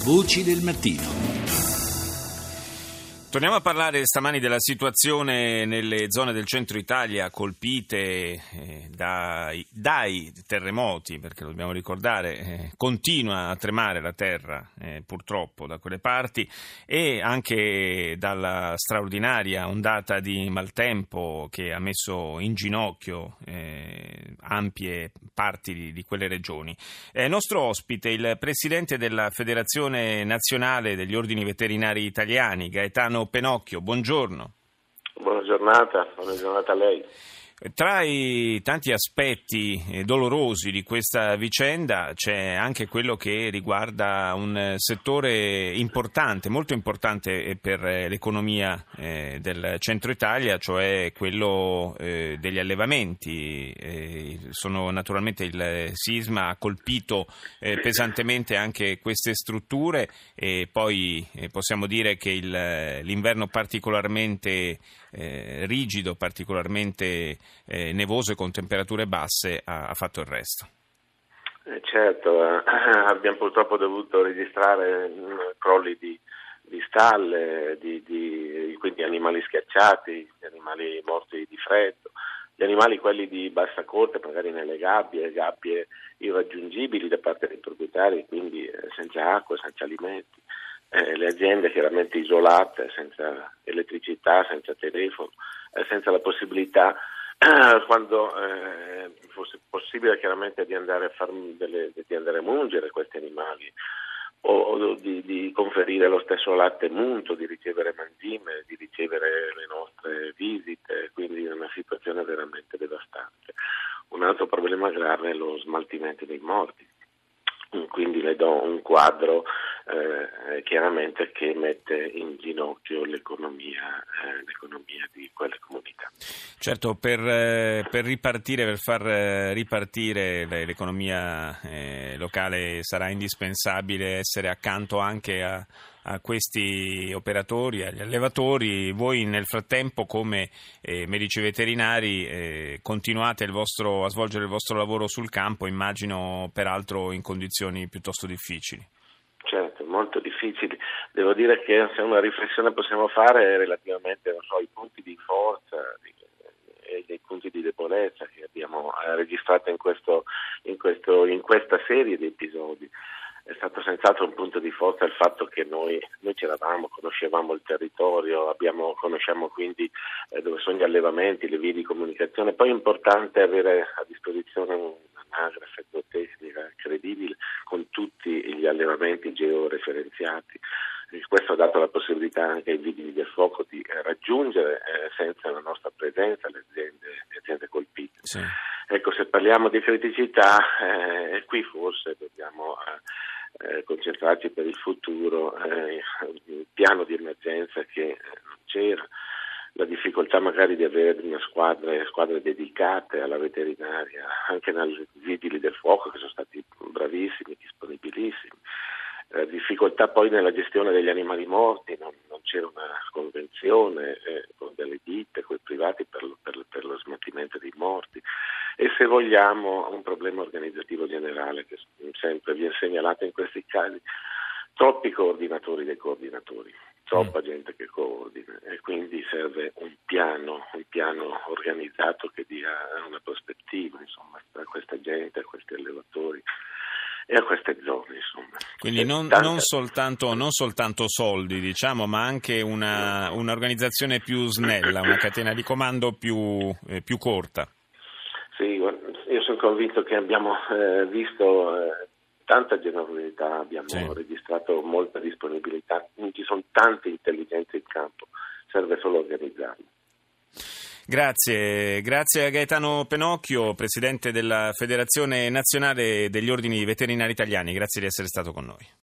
Voci del mattino. Torniamo a parlare stamani della situazione nelle zone del centro Italia colpite dai terremoti, perché lo dobbiamo ricordare, continua a tremare la terra purtroppo da quelle parti, e anche dalla straordinaria ondata di maltempo che ha messo in ginocchio ampie parti di quelle regioni. Nostro ospite, il presidente della Federazione Nazionale degli Ordini Veterinari Italiani, Gaetano Penocchio, buongiorno. Buona giornata a lei. Tra i tanti aspetti dolorosi di questa vicenda c'è anche quello che riguarda un settore importante, molto importante per l'economia del centro Italia, cioè quello degli allevamenti. Naturalmente il sisma ha colpito pesantemente anche queste strutture, e poi possiamo dire che l'inverno particolarmente rigido, particolarmente nevoso e con temperature basse ha fatto il resto. Certo, abbiamo purtroppo dovuto registrare crolli di stalle, quindi animali schiacciati, animali morti di freddo, gli animali quelli di bassa corte magari nelle gabbie irraggiungibili da parte dei proprietari, quindi senza acqua, senza alimenti. Le aziende chiaramente isolate, senza elettricità, senza telefono, senza la possibilità, quando fosse possibile chiaramente di andare a mungere questi animali o di conferire lo stesso latte munto, di ricevere mangime, di ricevere le nostre visite, quindi è una situazione veramente devastante. Un altro problema grave è lo smaltimento dei morti. Quindi le do un quadro chiaramente che mette in ginocchio l'economia di quelle comunità. Certo, per ripartire, per far ripartire l'economia locale sarà indispensabile essere accanto anche a questi operatori, agli allevatori. Voi nel frattempo come medici veterinari continuate a svolgere il vostro lavoro sul campo, immagino peraltro in condizioni piuttosto difficili. Certo, molto difficili. Devo dire che se una riflessione possiamo fare è relativamente ai punti di forza e dei punti di debolezza che abbiamo registrato in questa serie di episodi. È stato senz'altro un punto di forza il fatto che noi c'eravamo, conoscevamo il territorio, conosciamo quindi dove sono gli allevamenti, le vie di comunicazione. Poi è importante avere a disposizione un'anagrafe tecnica credibile con tutti gli allevamenti georeferenziati. Questo ha dato la possibilità anche ai vigili del fuoco di raggiungere senza la nostra presenza le aziende colpite. Sì. Ecco, se parliamo di criticità, qui forse dobbiamo concentrarci per il futuro, il piano di emergenza che non c'era, la difficoltà magari di avere una squadre dedicate alla veterinaria, anche nei vigili del fuoco che sono stati bravissimi, disponibilissimi. Difficoltà poi nella gestione degli animali morti, non c'era una convenzione con delle ditte, con i privati per lo smaltimento dei morti, e se vogliamo un problema organizzativo generale che sempre viene segnalato in questi casi, troppi coordinatori dei coordinatori, troppa gente che coordina, e quindi serve un piano organizzato che dia una prospettiva, insomma, a questa gente, a questi allevatori e a queste zone, insomma. Quindi non soltanto soldi, diciamo, ma anche un'organizzazione più snella, una catena di comando più corta. Sì, io sono convinto che abbiamo visto tanta generosità, abbiamo registrato molta disponibilità, ci sono tante intelligenze in campo, serve solo organizzarle. Grazie a Gaetano Penocchio, presidente della Federazione Nazionale degli Ordini Veterinari Italiani, grazie di essere stato con noi.